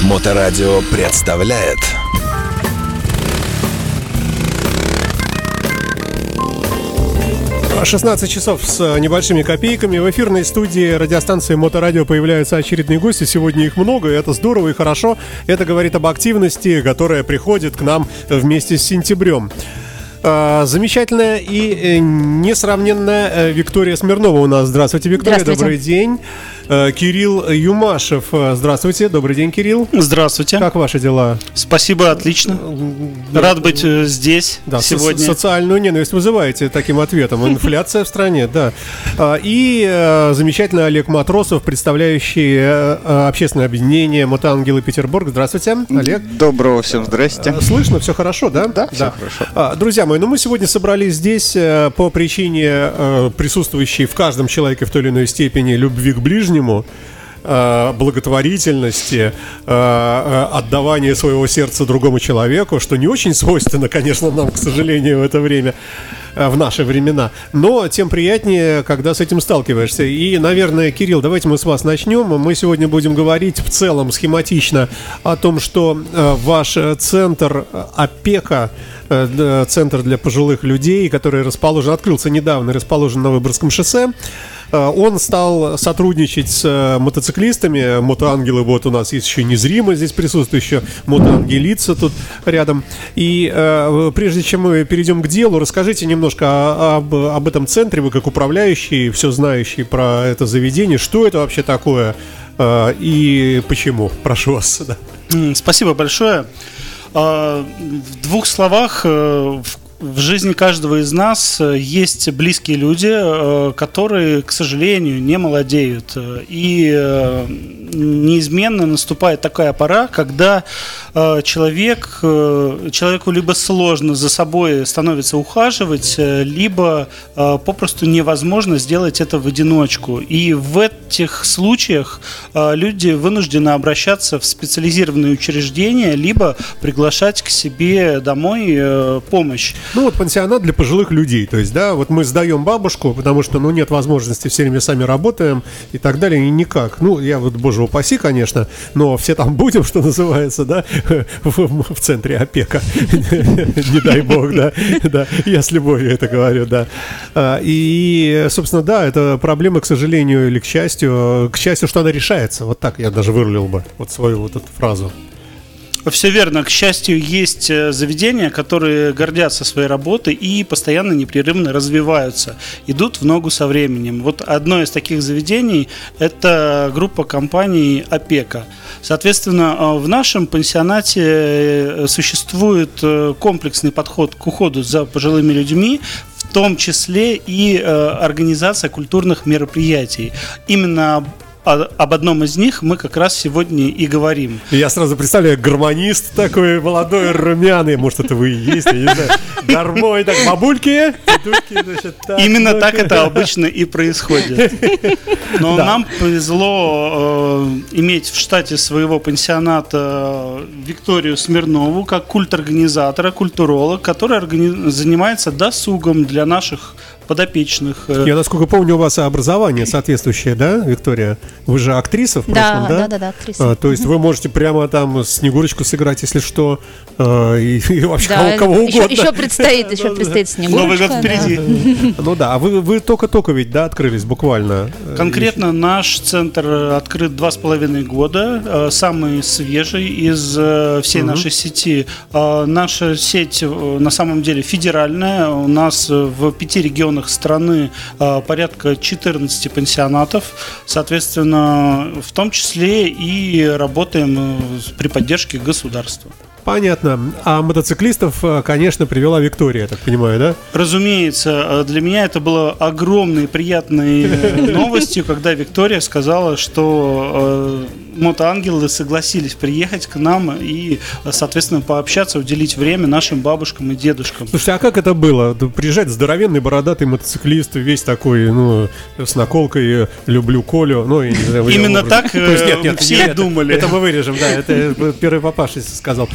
Моторадио представляет 16 часов с небольшими копейками. В эфирной студии радиостанции Моторадио появляются очередные гости. Сегодня их много, и это здорово и хорошо. Это говорит об активности, которая приходит к нам вместе с сентябрем. Замечательная и несравненная Виктория Смирнова у нас. Здравствуйте, Виктория. Здравствуйте. Добрый день. Кирилл Юмашев. Здравствуйте. Добрый день, Кирилл. Здравствуйте. Как ваши дела? Спасибо, отлично. Рад быть здесь сегодня. Социальную ненависть вызываете таким ответом. Инфляция в стране, да. И замечательный Олег Матросов, представляющий общественное объединение «Мотоангелы Петербург». Здравствуйте, Олег. Доброго всем здрасте. Слышно? Все хорошо, да? Да, все хорошо. Друзья мои, мы сегодня собрались здесь по причине присутствующей в каждом человеке в той или иной степени любви к ближнему, благотворительности, отдавания своего сердца другому человеку, что не очень свойственно, конечно, нам, к сожалению, в это время, в наши времена, но тем приятнее, когда с этим сталкиваешься. И, наверное, Кирилл, давайте мы с вас начнем. Мы сегодня будем говорить в целом схематично о том, что ваш центр «Опека», центр для пожилых людей, который открылся недавно, расположен на Выборгском шоссе. Он стал сотрудничать с мотоциклистами. Мотоангелы, вот у нас есть еще незримо здесь присутствующие, мотоангелица тут рядом. И прежде чем мы перейдем к делу, расскажите немножко об этом центре. Вы как управляющий, все знающий про это заведение. Что это вообще такое и почему? Прошу вас. Да. Спасибо большое. В двух словах, в жизни каждого из нас есть близкие люди, которые, к сожалению, не молодеют. И неизменно наступает такая пора, когда человеку либо сложно за собой становится ухаживать, либо попросту невозможно сделать это в одиночку. И в этих случаях люди вынуждены обращаться в специализированные учреждения, либо приглашать к себе домой помощь. Ну вот пансионат для пожилых людей, то есть, да, вот мы сдаем бабушку, потому что, нет возможности, все время сами работаем и так далее, и никак. Я вот, боже упаси, конечно, но все там будем, что называется, да, в центре опека, не дай бог, да, я с любовью это говорю, да. И, собственно, да, это проблема, к сожалению, или к счастью, что она решается, вот так я даже вырулил бы вот свою вот эту фразу. Все верно. К счастью, есть заведения, которые гордятся своей работой и постоянно, непрерывно развиваются, идут в ногу со временем. Вот одно из таких заведений – это группа компаний «Опека». Соответственно, в нашем пансионате существует комплексный подход к уходу за пожилыми людьми, в том числе и организация культурных мероприятий. Именно об одном из них мы как раз сегодня и говорим. Я сразу представляю, гармонист такой молодой, румяный, может, это вы и есть, я не знаю, гармой, так, бабульки, дедульки, значит, так. Именно так это обычно и происходит. Но нам повезло иметь в штате своего пансионата Викторию Смирнову как культорганизатора, культуролог, который занимается досугом для наших подопечных. Я, насколько помню, у вас образование соответствующее, да, Виктория? Вы же актриса в прошлом, да? Да, актриса. То есть вы можете прямо там Снегурочку сыграть, если что, и вообще кого угодно. Еще предстоит Снегурочка. Новый год впереди. Ну да, а вы только-только ведь, да, открылись буквально? Конкретно наш центр открыт 2,5 года, самый свежий из всей нашей сети. Наша сеть на самом деле федеральная, у нас в 5 регионах страны порядка 14 пансионатов, соответственно, в том числе и работаем при поддержке государства. Понятно. А мотоциклистов, конечно, привела Виктория, я так понимаю, да? Разумеется. Для меня это было огромной приятной новостью, когда Виктория сказала, что мотоангелы согласились приехать к нам и, соответственно, пообщаться, уделить время нашим бабушкам и дедушкам. Слушайте, а как это было? Приезжает здоровенный бородатый мотоциклист, весь такой, с наколкой «люблю Колю». Я не знаю, именно так все думали. Это мы вырежем, да, это первый папаша сказал.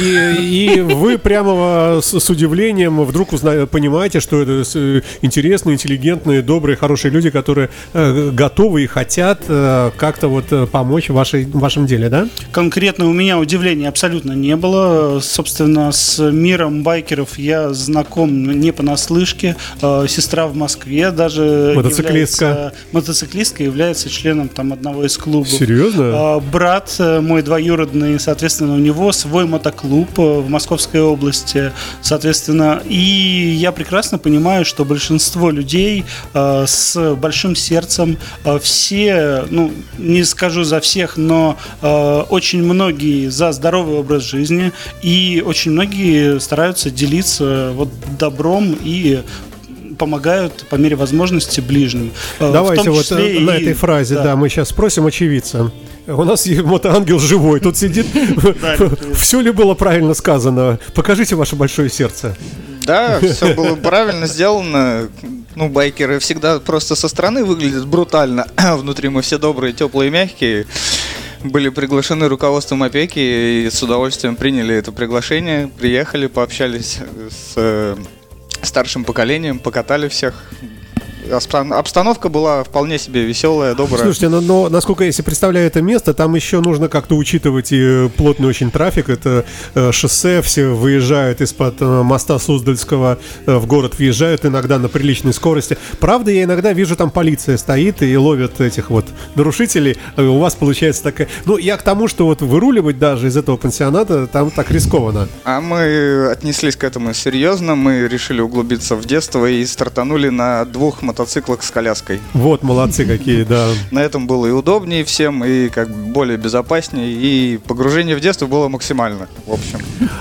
И вы прямо с удивлением вдруг понимаете, что это интересные, интеллигентные, добрые, хорошие люди, которые готовы и хотят как-то вот помочь вашей вашем деле, да? Конкретно у меня удивления абсолютно не было. Собственно, с миром байкеров я знаком не понаслышке. Сестра в Москве даже мотоциклистка является членом там одного из клубов. Серьезно? Брат мой двоюродный, соответственно, у него свой мотоклуб в Московской области, соответственно. И я прекрасно понимаю, что большинство людей с большим сердцем, все, ну, не скажу за всех, но очень многие за здоровый образ жизни, и очень многие стараются делиться вот добром и помогают по мере возможности ближним. Давайте вот на этой фразе, да, мы сейчас спросим очевидца. У нас мотоангел живой, тут сидит. Все ли было правильно сказано? Покажите ваше большое сердце. Да, все было правильно сделано. Ну, байкеры всегда просто со стороны выглядят брутально. Внутри мы все добрые, теплые, мягкие. Были приглашены руководством опеки и с удовольствием приняли это приглашение. Приехали, пообщались с старшим поколением, покатали всех. Обстановка была вполне себе веселая, добрая. Слушайте, но насколько я себе представляю это место, там еще нужно как-то учитывать и плотный очень трафик. Это шоссе, все выезжают из-под моста Суздальского в город, въезжают иногда на приличной скорости. Правда, я иногда вижу, там полиция стоит и ловит этих вот нарушителей. У вас получается такая... Ну, я к тому, что вот выруливать даже из этого пансионата там так рискованно. А мы отнеслись к этому серьезно. Мы решили углубиться в детство и стартанули на 2 мотоциклах с коляской. Вот, молодцы какие, да. На этом было и удобнее всем, и как бы более безопаснее, и погружение в детство было максимально, в общем.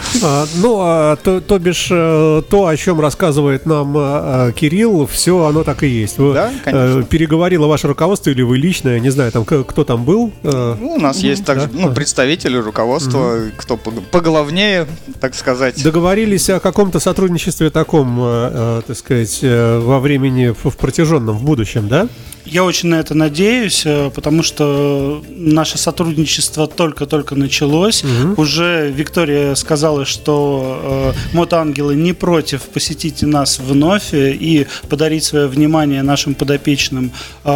То бишь, то, о чем рассказывает нам Кирилл, все оно так и есть. Да, конечно. Переговорило ваше руководство или вы лично, я не знаю, там кто там был? Ну, у нас есть также представители руководства, кто поглавнее, так сказать. Договорились о каком-то сотрудничестве таком, так сказать, во времени в протяженном, в будущем, да? Я очень на это надеюсь, потому что наше сотрудничество только-только началось. Уже Виктория сказала, что мотоангелы не против посетить нас вновь и подарить свое внимание нашим подопечным.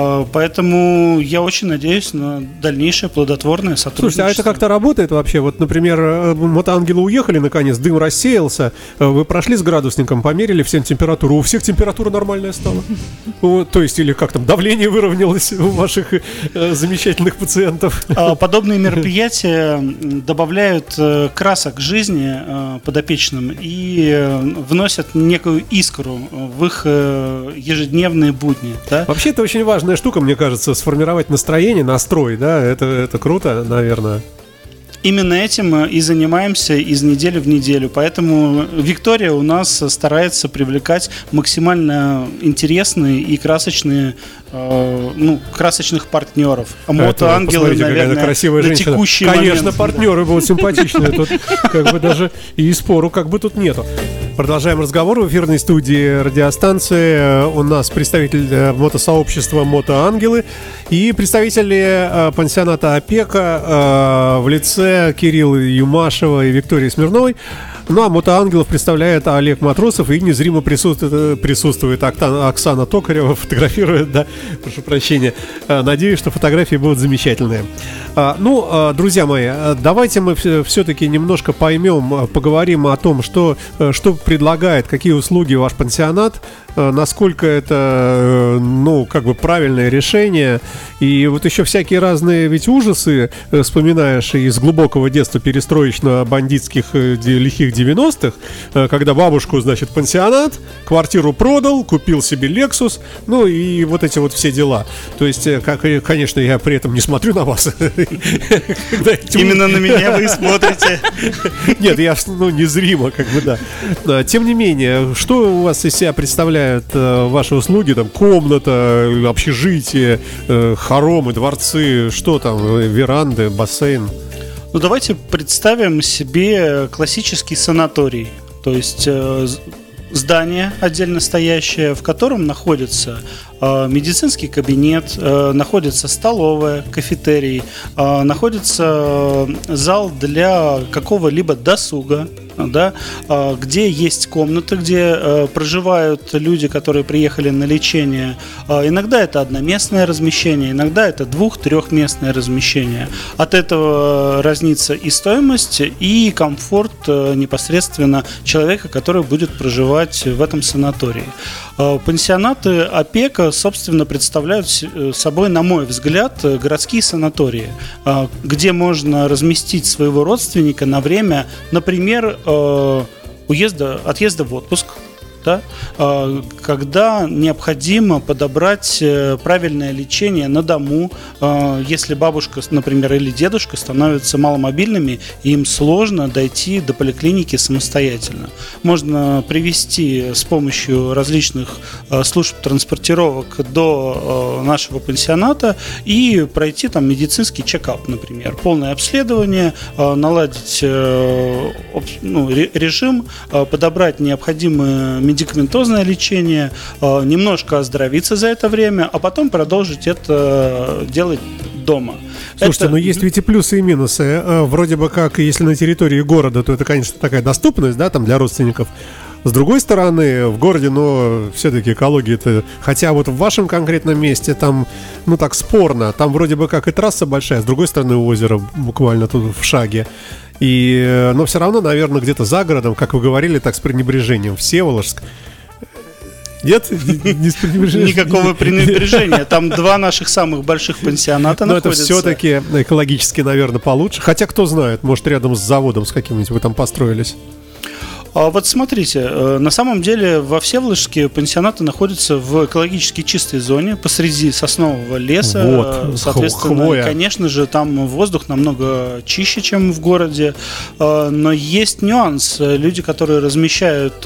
Поэтому я очень надеюсь на дальнейшее плодотворное сотрудничество. Слушайте, а это как-то работает вообще? Вот, например, мотоангелы уехали наконец, дым рассеялся, вы прошли с градусником, померили всем температуру, у всех температура нормальная стала. То есть, или как там, давление выровнялось у ваших замечательных пациентов. Подобные мероприятия добавляют красок жизни подопечным и вносят некую искру в их ежедневные будни. Да? Вообще, это очень важная штука, мне кажется, сформировать настроение, настрой, да, это круто, наверное. Именно этим и занимаемся из недели в неделю. Поэтому Виктория у нас старается привлекать максимально интересные и красочные, красочных партнеров. Мотоангелы, наверное, красивая на женщина. текущий Конечно, момент. партнеры будут симпатичные. Тут как бы даже и спору как бы тут нету. Продолжаем разговор в эфирной студии радиостанции. У нас представитель мотосообщества «Мотоангелы» и представители пансионата «Опека» в лице Кирилла Юмашева и Виктории Смирновой. Ну а «Мотоангелов» представляет Олег Матросов, и незримо присутствует Оксана Токарева, фотографирует, да, прошу прощения. Надеюсь, что фотографии будут замечательные. Друзья мои, давайте мы все-таки немножко поймем, поговорим о том, что предлагает, какие услуги ваш пансионат, насколько это, правильное решение. И вот еще всякие разные ведь ужасы вспоминаешь из глубокого детства перестроечно-бандитских лихих 90-х, когда бабушку, значит, пансионат, квартиру продал, купил себе Lexus, и вот эти вот все дела. То есть, конечно, я при этом не смотрю на вас. Именно на меня вы смотрите. Нет, я незримо, как бы, да. Тем не менее, что у вас из себя представляют ваши услуги? Там комната, общежитие, хоромы, дворцы, что там, веранды, бассейн? Давайте представим себе классический санаторий. То есть здание отдельно стоящее, в котором находится медицинский кабинет, находится столовая, кафетерий, находится зал для какого-либо досуга, да, где есть комнаты, где проживают люди, которые приехали на лечение. Иногда это одноместное размещение, иногда это 2-3-местное размещение. От этого разнится и стоимость, и комфорт непосредственно человека, который будет проживать в этом санатории. Пансионаты опека, собственно, представляют собой, на мой взгляд, городские санатории, где можно разместить своего родственника на время, например, отъезда в отпуск, да, когда необходимо подобрать правильное лечение на дому, если бабушка, например, или дедушка становятся маломобильными, и им сложно дойти до поликлиники самостоятельно. Можно привезти с помощью различных служб транспортировок до нашего пансионата и пройти там медицинский чекап, например, полное обследование, наладить режим, подобрать необходимые медикаментозное лечение, немножко оздоровиться за это время, а потом продолжить это делать дома. Слушайте, но есть ведь и плюсы, и минусы. Вроде бы как, если на территории города, то это, конечно, такая доступность, да, там для родственников. С другой стороны, в городе, но все-таки экология-то... Хотя вот в вашем конкретном месте там, так спорно. Там вроде бы как и трасса большая, с другой стороны озеро буквально тут в шаге. Но все равно, наверное, где-то за городом, как вы говорили, так с пренебрежением. Всеволожск. Нет? Не с пренебрежением? Никакого пренебрежения. Там 2 наших самых больших пансионата находятся. Но это все-таки экологически, наверное, получше. Хотя, кто знает, может, рядом с заводом с каким-нибудь вы там построились. Вот смотрите, на самом деле во Всеволожске пансионаты находятся в экологически чистой зоне посреди соснового леса. Соответственно, хвоя. Конечно же, там воздух намного чище, чем в городе. Но есть нюанс. Люди, которые размещают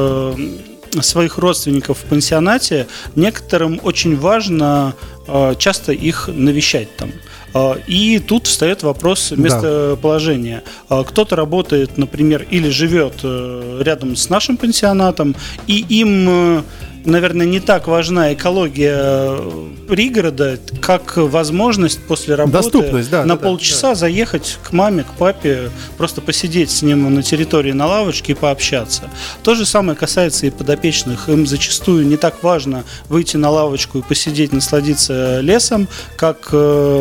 своих родственников в пансионате, некоторым очень важно часто их навещать там. И тут встает вопрос местоположения. Кто-то работает, например, или живет рядом с нашим пансионатом, и им, наверное, не так важна экология пригорода, как возможность после работы на полчаса заехать к маме, к папе, просто посидеть с ним на территории на лавочке и пообщаться. То же самое касается и подопечных. Им зачастую не так важно выйти на лавочку и посидеть, насладиться лесом, как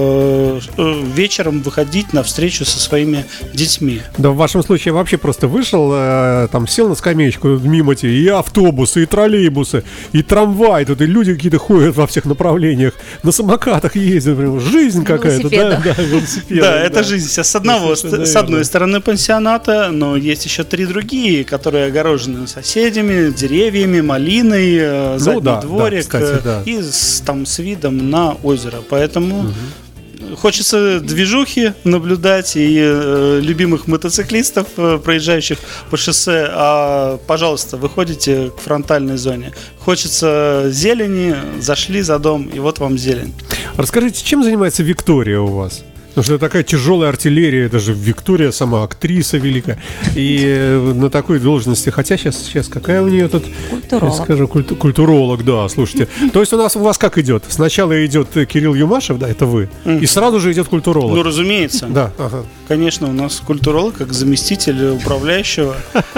вечером выходить на встречу со своими детьми. Да, в вашем случае вообще просто вышел, там сел на скамеечку мимо тебя, и автобусы, и троллейбусы, и трамвай, тут и люди какие-то ходят во всех направлениях, на самокатах ездят, прям жизнь какая-то, велосипеды. Да, это жизнь с одной стороны пансионата, но есть еще 3 другие, которые огорожены соседями, деревьями, малиной, задний дворик, и с видом на озеро. Поэтому хочется движухи наблюдать и любимых мотоциклистов, проезжающих по шоссе. Пожалуйста, выходите к фронтальной зоне. Хочется зелени, зашли за дом, и вот вам зелень. Расскажите, чем занимается Виктория у вас? Потому что это такая тяжелая артиллерия, это же Виктория сама актриса великая. И на такой должности, хотя сейчас какая у нее тут? Культуролог. Скажем, культуролог, да, слушайте. То есть у вас как идет? Сначала идет Кирилл Юмашев, да, это вы, и сразу же идет культуролог. Ну, разумеется. Да, ага. Конечно, у нас культуролог как заместитель управляющего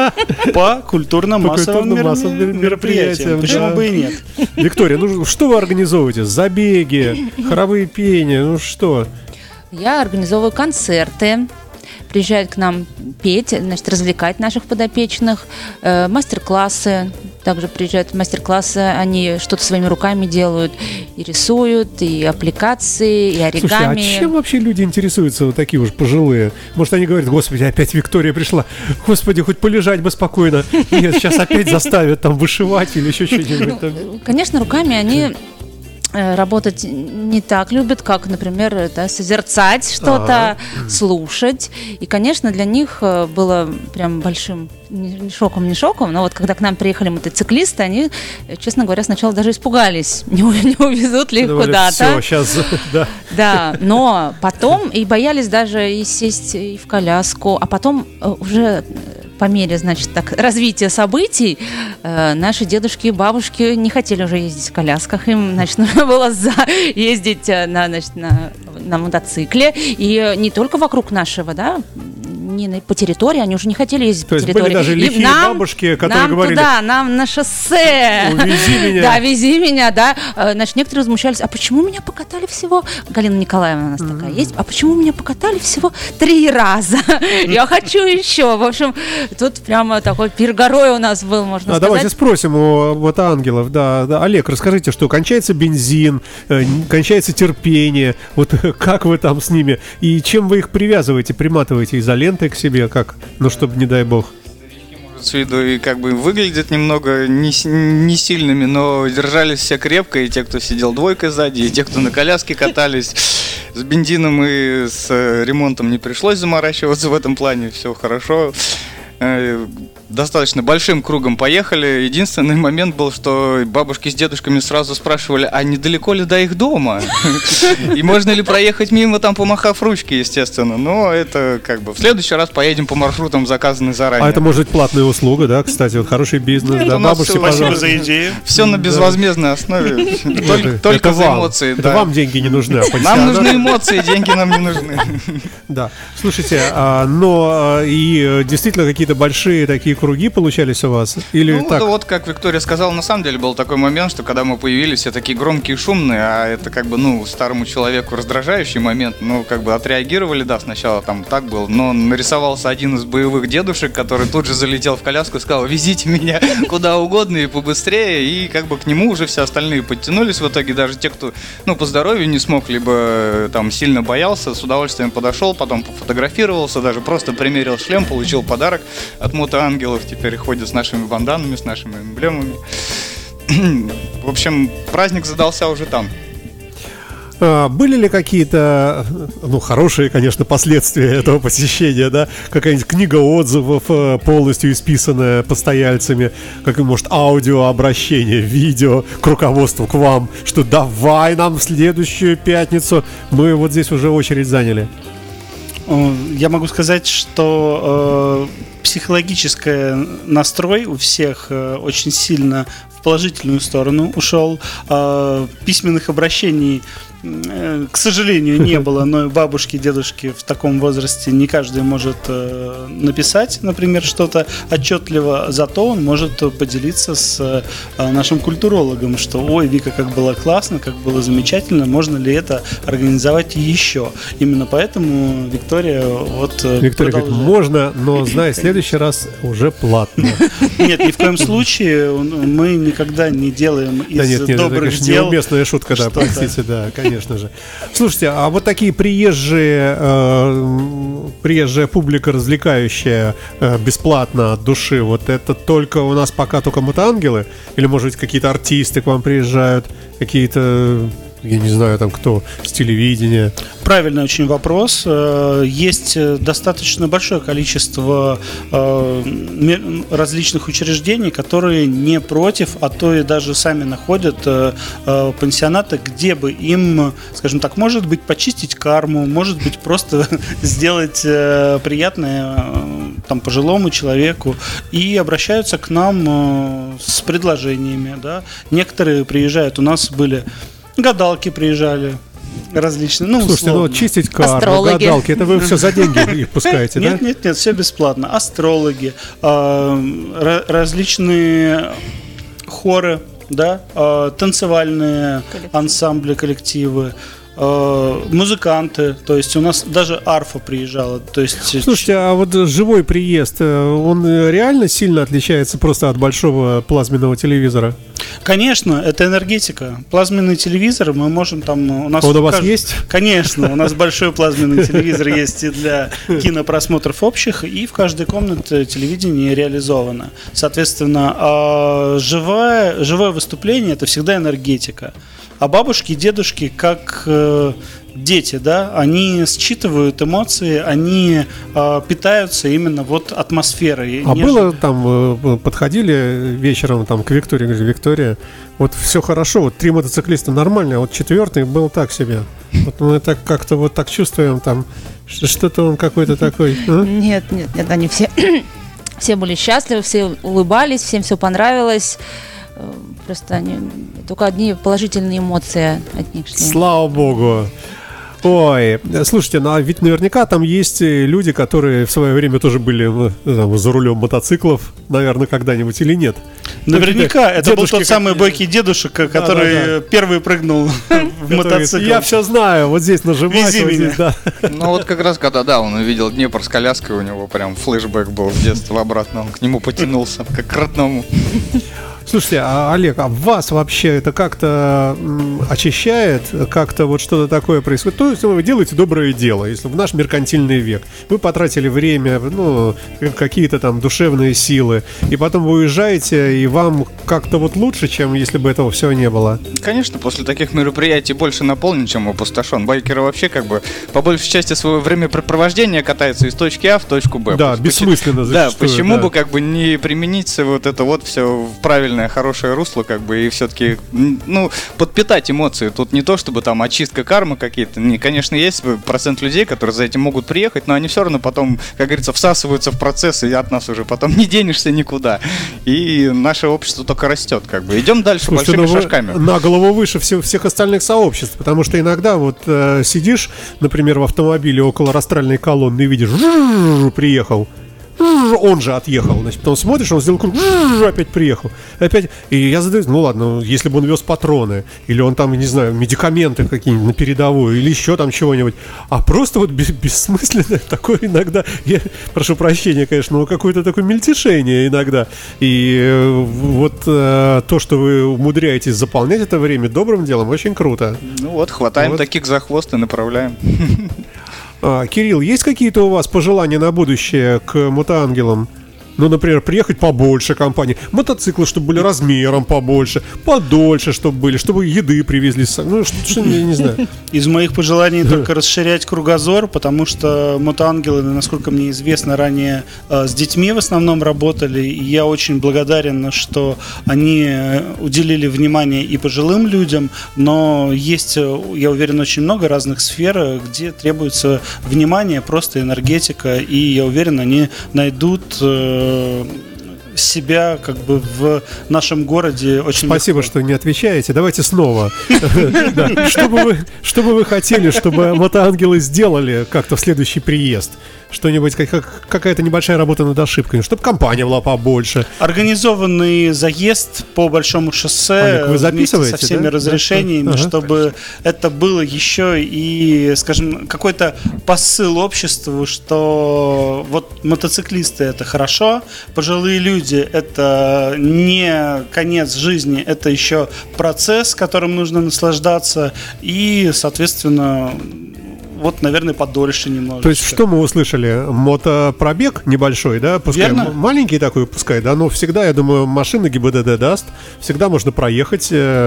по культурно-массовым мероприятиям. Почему бы и нет? Виктория, что вы организовываете? Забеги, хоровые пения, что? Я организовываю концерты, приезжают к нам петь, развлекать наших подопечных, мастер-классы. Также приезжают мастер-классы, они что-то своими руками делают, и рисуют, и аппликации, и оригами. Слушай, а чем вообще люди интересуются, вот такие уж пожилые? Может, они говорят: господи, опять Виктория пришла, господи, хоть полежать бы спокойно. Нет, сейчас опять заставят там вышивать или еще что-нибудь. Конечно, руками они работать не так любят, как, например, созерцать что-то, слушать. И, конечно, для них было прям большим не шоком, но вот когда к нам приехали мотоциклисты, они, честно говоря, сначала даже испугались, не увезут ли их куда-то. Все, сейчас, да. Да, но потом и боялись даже и сесть и в коляску, а потом уже по мере, развития событий наши дедушки и бабушки не хотели уже ездить в колясках, им, нужно было ездить на мотоцикле, и не только вокруг нашего, равниной, по территории, они уже не хотели ездить То по есть территории. были даже лихие бабушки, которые говорили: нам на шоссе. Увези меня. Да, вези меня, да. Значит, некоторые возмущались: а почему меня покатали всего, Галина Николаевна у нас такая есть, а почему меня покатали всего 3 раза? Я хочу еще. В общем, тут прямо такой пир горой у нас был, можно сказать. Давайте спросим у мотоангелов. Да, Олег, расскажите, что кончается бензин, кончается терпение. Вот как вы там с ними? И чем вы их привязываете? Приматываете изолентой к себе? Как? Ну, чтобы, не дай бог. С виду и как бы выглядят немного не сильными, но держались все крепко. И те, кто сидел двойкой сзади, и те, кто на коляске катались. С бензином и с ремонтом не пришлось заморачиваться в этом плане. Все хорошо. Достаточно большим кругом поехали. Единственный момент был, что бабушки с дедушками сразу спрашивали: а недалеко ли до их дома? И можно ли проехать мимо, там помахав ручки, естественно. Но это как бы в следующий раз поедем по маршрутам, заказанным заранее. А это может быть платная услуга, да, кстати, вот хороший бизнес, да, бабушки, Спасибо за идею. Все на безвозмездной основе. Только за эмоции. Это вам деньги не нужны, а нам нужны эмоции, деньги нам не нужны. Да, слушайте, но и действительно какие-то большие такие круги получались у вас? Или ну, так? Да вот, как Виктория сказала, на самом деле был такой момент, что когда мы появились, все такие громкие, шумные, а это как бы, ну, старому человеку раздражающий момент, ну, как бы отреагировали, да, сначала там так было, но нарисовался один из боевых дедушек, который тут же залетел в коляску и сказал: везите меня куда угодно и побыстрее, и как бы к нему уже все остальные подтянулись в итоге, даже те, кто, ну, по здоровью не смог, либо там сильно боялся, с удовольствием подошел, потом пофотографировался, даже просто примерил шлем, получил подарок от мотоангелов, теперь ходят с нашими банданами, с нашими эмблемами. В общем, праздник задался уже там. Были ли какие-то, ну, хорошие, конечно, последствия этого посещения, да? Какая-нибудь книга отзывов, полностью исписанная постояльцами, как, может, аудиообращение, видео к руководству, к вам, что давай нам в следующую пятницу, мы вот здесь уже очередь заняли. Я могу сказать, что психологический настрой у всех очень сильно в положительную сторону ушел. Письменных обращений, к сожалению, не было, но бабушки, дедушки в таком возрасте не каждый может написать, например, что-то отчетливо, зато он может поделиться с нашим культурологом, что: ой, Вика, как было классно, как было замечательно, можно ли это организовать еще. Именно поэтому Виктория Виктория говорит: можно, но, знай, в следующий раз уже платно. Нет, ни в коем случае мы никогда не делаем из добрых дел. Неуместная шутка, да, простите, да, конечно же. Слушайте, а вот такие приезжая публика, развлекающая бесплатно от души, вот это только у нас пока только мотоангелы? Или, может быть, какие-то артисты к вам приезжают, какие-то, я не знаю, там кто, с телевидения? Правильный очень вопрос. Есть достаточно большое количество различных учреждений, которые не против, а то и даже сами находят пансионаты, где бы им, скажем так, может быть, почистить карму, может быть, просто сделать приятное там пожилому человеку, и обращаются к нам с предложениями, да. Некоторые приезжают, у нас были гадалки, приезжали различные. Ну, слушайте, ну чистить карму, астрологи, гадалки, это вы все за деньги их пускаете, да? Нет, все бесплатно. Астрологи, различные хоры, да, танцевальные ансамбли, коллективы, музыканты, то есть у нас даже арфа приезжала. То есть... Слушайте, а вот живой приезд, он реально сильно отличается просто от большого плазменного телевизора? Конечно, это энергетика. Плазменный телевизор мы можем там... У вас есть? Конечно, у нас большой плазменный телевизор есть и для кинопросмотров общих, и в каждой комнате телевидение реализовано. Соответственно, живое выступление — это всегда энергетика. А бабушки и дедушки, как дети, да, они считывают эмоции, они питаются именно вот атмосферой. А было там, подходили вечером там к Виктории, говорили: Виктория, вот все хорошо, вот 3 мотоциклиста нормально, а вот 4-й был так себе. Вот мы так как-то вот так чувствуем там, что-то он какой-то такой. Нет, они все были счастливы, все улыбались, всем все понравилось. Просто только одни положительные эмоции от них шли. Слава богу. Ой, слушайте, ну а ведь наверняка там есть люди, которые в свое время тоже были там, за рулем мотоциклов, наверное, когда-нибудь или нет? Наверняка, это был тот самый бойкий дедушка, который первый прыгнул в мотоцикл. Я все знаю, вот здесь нажимать, вот здесь, да. Ну вот как раз когда, да, он увидел Днепр с коляской, у него прям флешбэк был в детство обратно, он к нему потянулся, как к родному. Слушайте, Олег, а вас вообще это как-то очищает? Как-то вот что-то такое происходит? То есть вы делаете доброе дело, если в наш меркантильный век. Вы потратили время, ну, какие-то там душевные силы, и потом вы уезжаете, и вам как-то вот лучше, чем если бы этого всего не было? Конечно, после таких мероприятий больше наполнен, чем опустошен. Байкеры вообще как бы по большей части своего времяпрепровождения катаются из точки А в точку Б. Да, бессмысленно зачастую. Да, почему бы как бы не применить вот это вот все в правильное, хорошее русло, как бы, и все-таки, ну, подпитать эмоции. Тут не то, чтобы там очистка кармы какие-то. Конечно, есть процент людей, которые за этим могут приехать, но они все равно потом, как говорится, всасываются в процесс, и от нас уже потом не денешься никуда. И наше общество только растет, как бы. Идем дальше большими шажками. На голову выше всех остальных сообществ, потому что иногда вот сидишь, например, в автомобиле около растральной колонны и видишь, приехал. Он же отъехал, значит, потом смотришь, он сделал круг, опять приехал, опять, и я задаюсь, ну ладно, если бы он вез патроны, или он там, не знаю, медикаменты какие-нибудь на передовую, или еще там чего-нибудь, а просто вот бессмысленное такое иногда, я прошу прощения, конечно, но какое-то такое мельтешение иногда, и вот то, что вы умудряетесь заполнять это время добрым делом, очень круто. Ну вот, хватаем таких за хвост и направляем. Кирилл, есть какие-то у вас пожелания на будущее к мотоангелам? Ну, например, приехать побольше компаний, мотоциклы, чтобы были размером побольше, подольше, чтобы были, чтобы еды привезли. Ну, что я не знаю. Из моих пожеланий только расширять кругозор, потому что мотоангелы, насколько мне известно, ранее с детьми в основном работали. И я очень благодарен, что они уделили внимание и пожилым людям, но есть, я уверен, очень много разных сфер, где требуется внимание, просто энергетика, и я уверен, они найдут себя как бы в нашем городе очень Спасибо, легко. что не отвечаете. Давайте снова. Что бы вы хотели, чтобы мотоангелы сделали как-то в следующий приезд? Что-нибудь, какая-то небольшая работа над ошибками, чтобы компания была побольше. Организованный заезд по большому шоссе, Олег, вы записываете, вместе со всеми разрешениями, чтобы это было еще и, скажем, какой-то посыл обществу, что вот мотоциклисты — это хорошо, пожилые люди — это не конец жизни, это еще процесс, которым нужно наслаждаться, и, соответственно, вот, наверное, подольше немножко. То есть, что мы услышали? Мотопробег небольшой, да? Пускай Верно. маленький такой, пускай, да, но всегда, я думаю, машина ГИБДД даст. Всегда можно проехать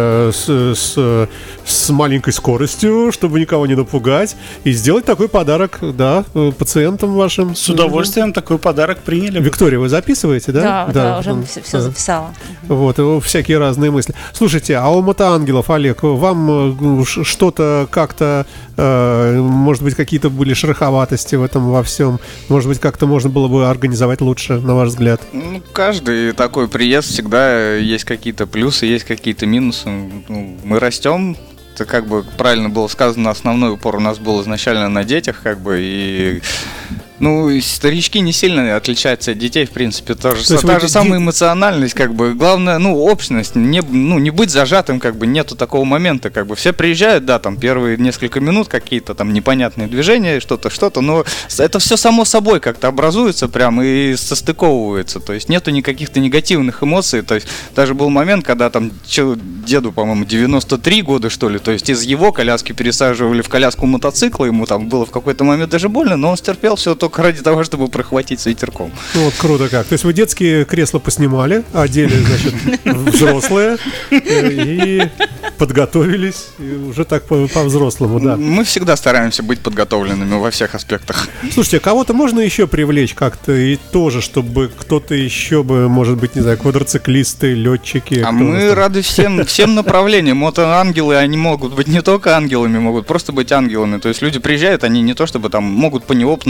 с маленькой скоростью, чтобы никого не напугать, и сделать такой подарок, да, пациентам вашим. С удовольствием такой подарок приняли бы. Виктория, вы записываете, да? Да, уже все записала. Вот, всякие разные мысли. Слушайте, а у мотоангелов, Олег, вам что-то как-то, может быть, какие-то были шероховатости в этом во всем? Может быть, как-то можно было бы организовать лучше, на ваш взгляд? Ну, каждый такой приезд всегда есть какие-то плюсы, есть какие-то минусы. Ну, мы растем. Это, как бы правильно было сказано, основной упор у нас был изначально на детях, как бы, и ну, старички не сильно отличаются от детей, в принципе, та же самая эмоциональность, как бы, главное, ну, общность, не быть зажатым, как бы, нету такого момента, как бы, все приезжают, да, там, первые несколько минут какие-то там непонятные движения, что-то, но это все само собой как-то образуется прям и состыковывается, то есть нету никаких-то негативных эмоций, то есть даже был момент, когда там деду, по-моему, 93 года, что ли, то есть из его коляски пересаживали в коляску мотоцикла, ему там было в какой-то момент даже больно, но он стерпел все только ради того, чтобы прохватить с ветерком. Ну, вот круто как. То есть вы детские кресла поснимали, одели, значит, взрослые и подготовились и уже так по-взрослому, да. Мы всегда стараемся быть подготовленными во всех аспектах. Слушайте, а кого-то можно еще привлечь как-то и тоже, чтобы кто-то еще бы, может быть, не знаю, квадроциклисты, летчики? А мы рады всем направлениям. Мотоангелы, они могут быть не только ангелами, могут просто быть ангелами. То есть люди приезжают, они не то чтобы там могут по неопытности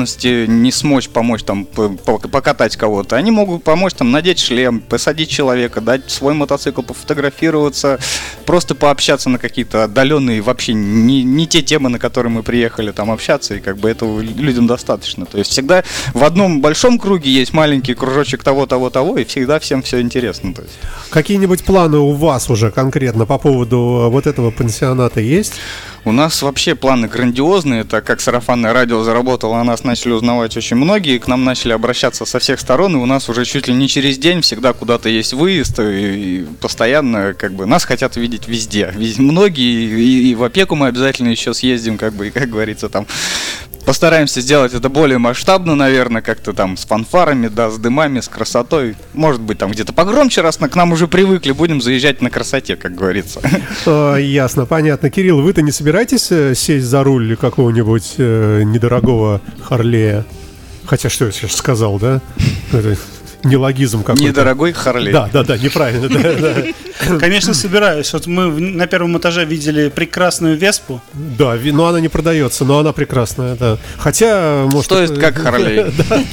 не смочь помочь там покатать кого-то, они могут помочь там надеть шлем, посадить человека, дать свой мотоцикл, пофотографироваться, просто пообщаться на какие-то отдаленные, вообще не те темы, на которые мы приехали там общаться, и как бы этого людям достаточно. То есть всегда в одном большом круге есть маленький кружочек того, и всегда всем все интересно. То есть. Какие-нибудь планы у вас уже конкретно по поводу вот этого пансионата есть? У нас вообще планы грандиозные, так как сарафанное радио заработало, о нас начали узнавать очень многие, к нам начали обращаться со всех сторон, и у нас уже чуть ли не через день всегда куда-то есть выезд, и постоянно как бы нас хотят видеть везде. Многие, и в опеку мы обязательно еще съездим, как бы, и, как говорится, там постараемся сделать это более масштабно, наверное, как-то там с фанфарами, да, с дымами, с красотой. Может быть, там где-то погромче, раз к нам уже привыкли, будем заезжать на красоте, как говорится. Ясно, понятно. Кирилл, вы-то не собираетесь сесть за руль какого-нибудь недорогого Харлея? Хотя, что я сейчас сказал, да? Это нелогизм какой-то. Недорогой Харлей. Да, неправильно. Да. Конечно, собираюсь. Вот мы на первом этаже видели прекрасную Веспу. Да, но она не продается, но она прекрасная, да. Хотя, может... Стоит как Харлей.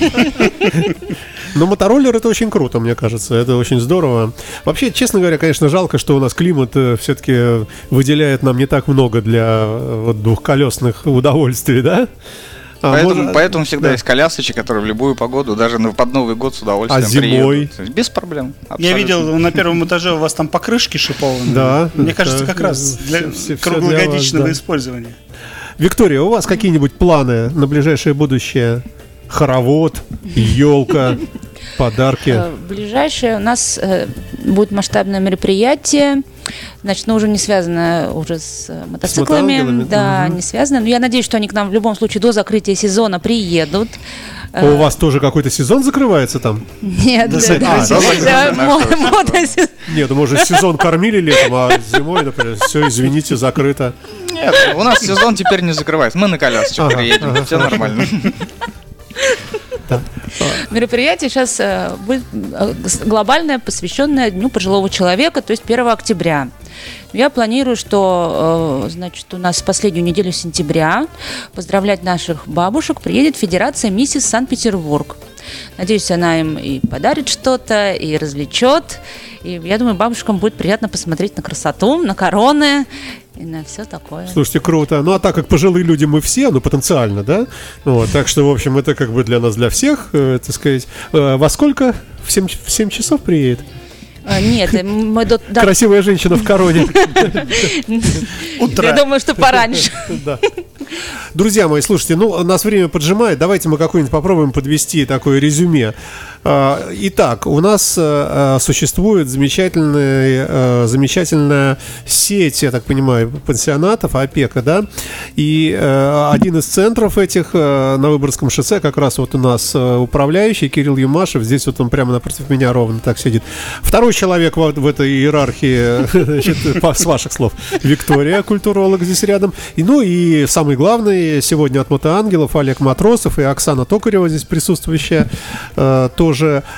Но мотороллер — это очень круто, мне кажется, это очень здорово. Вообще, честно говоря, конечно, жалко, что у нас климат все-таки выделяет нам не так много для двухколесных удовольствий, да? Поэтому всегда есть колясочки, которые в любую погоду, даже под Новый год с удовольствием зимой? приедут. Без проблем. Абсолютно. Я видел на первом этаже у вас там покрышки шипованные. Да. Мне кажется, как раз для круглогодичного использования. Виктория, у вас какие-нибудь планы на ближайшее будущее? Хоровод, елка, подарки? Ближайшее у нас будет масштабное мероприятие. Значит, уже не связано уже с мотоциклами. Да, не связано. Но я надеюсь, что они к нам в любом случае до закрытия сезона приедут. У вас тоже какой-то сезон закрывается там? Нет, Нет, может, сезон кормили летом, а зимой, например, все, извините, закрыто. Нет, у нас сезон теперь не закрывается. Мы на колясочках приедем, все нормально. Мероприятие сейчас будет глобальное, посвященное Дню пожилого человека, то есть 1 октября. Я планирую, что, значит, у нас в последнюю неделю сентября поздравлять наших бабушек приедет Федерация Миссис Санкт-Петербург. Надеюсь, она им и подарит что-то, и развлечет. И я думаю, бабушкам будет приятно посмотреть на красоту, на короны и на все такое. Слушайте, круто. Ну, а так как пожилые люди мы все, ну, потенциально, да? Вот, так что, в общем, это как бы для нас, для всех, так сказать. Во сколько? В 7 часов приедет? Нет, мы Красивая женщина в короне. Я думаю, что пораньше. Друзья мои, слушайте, ну, нас время поджимает. Давайте мы какое-нибудь попробуем подвести такое резюме. Итак, у нас существует замечательная сеть, я так понимаю, пансионатов, опека, да? И один из центров этих на Выборгском шоссе как раз вот у нас управляющий Кирилл Юмашев. Здесь вот он прямо напротив меня ровно так сидит. Второй человек в этой иерархии, значит, с ваших слов, Виктория, культуролог здесь рядом. Ну и самый главный сегодня от Мотоангелов Олег Матросов и Оксана Токарева здесь присутствующая тоже.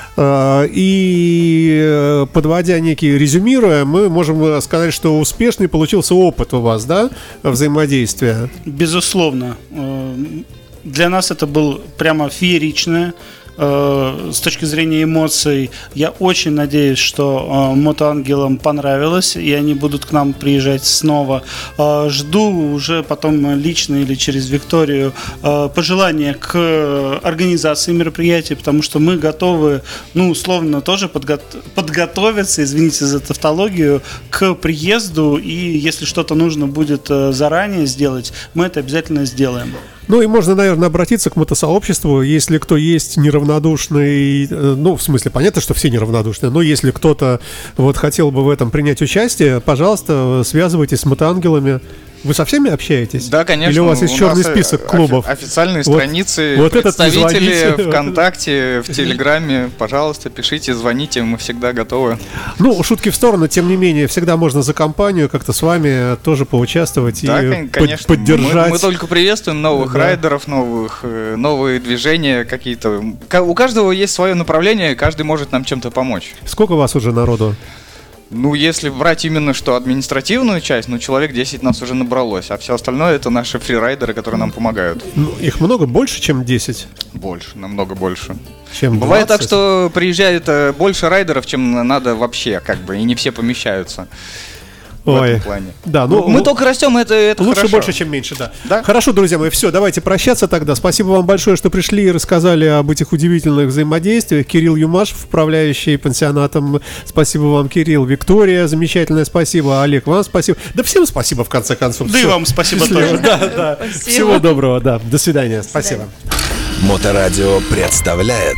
И подводя некий, резюмируя, мы можем сказать, что успешный получился опыт у вас, да, взаимодействия? Безусловно. Для нас это было прямо фееричное. С точки зрения эмоций, я очень надеюсь, что мотоангелам понравилось, и они будут к нам приезжать снова. Жду уже потом лично или через Викторию пожелания к организации мероприятия, потому что мы готовы, ну, условно, тоже подготовиться, извините за тавтологию, к приезду, и если что-то нужно будет заранее сделать, мы это обязательно сделаем. Ну и можно, наверное, обратиться к мотосообществу, если кто есть неравнодушный, ну, в смысле, понятно, что все неравнодушные, но если кто-то вот хотел бы в этом принять участие, пожалуйста, связывайтесь с мотоангелами. Вы со всеми общаетесь? Да, конечно. Или у вас есть черный список клубов? Официальные страницы, вот представители ВКонтакте, в Телеграме. Пожалуйста, пишите, звоните, мы всегда готовы. Ну, шутки в сторону, тем не менее, всегда можно за компанию как-то с вами тоже поучаствовать, да, и конечно, поддержать. Мы только приветствуем новых райдеров, новые движения какие-то. У каждого есть свое направление, каждый может нам чем-то помочь. Сколько у вас уже народу? Ну, если брать именно что административную часть, ну, человек 10 нас уже набралось, а все остальное это наши фрирайдеры, которые нам помогают. Ну, их много больше, чем 10? Больше, намного больше. Чем 20? Бывает так, что приезжает больше райдеров, чем надо вообще, как бы, и не все помещаются. В этом плане. Да, мы только растем, это лучше хорошо. больше, чем меньше, да. Да. Хорошо, друзья мои, все, давайте прощаться тогда. Спасибо вам большое, что пришли и рассказали об этих удивительных взаимодействиях. Кирилл Юмашев, управляющий пансионатом. Спасибо вам, Кирилл. Виктория, замечательное спасибо. Олег, вам спасибо. Да всем спасибо, в конце концов. Да и вам спасибо тоже. Да. Всего доброго, да. До свидания. Спасибо. Моторадио представляет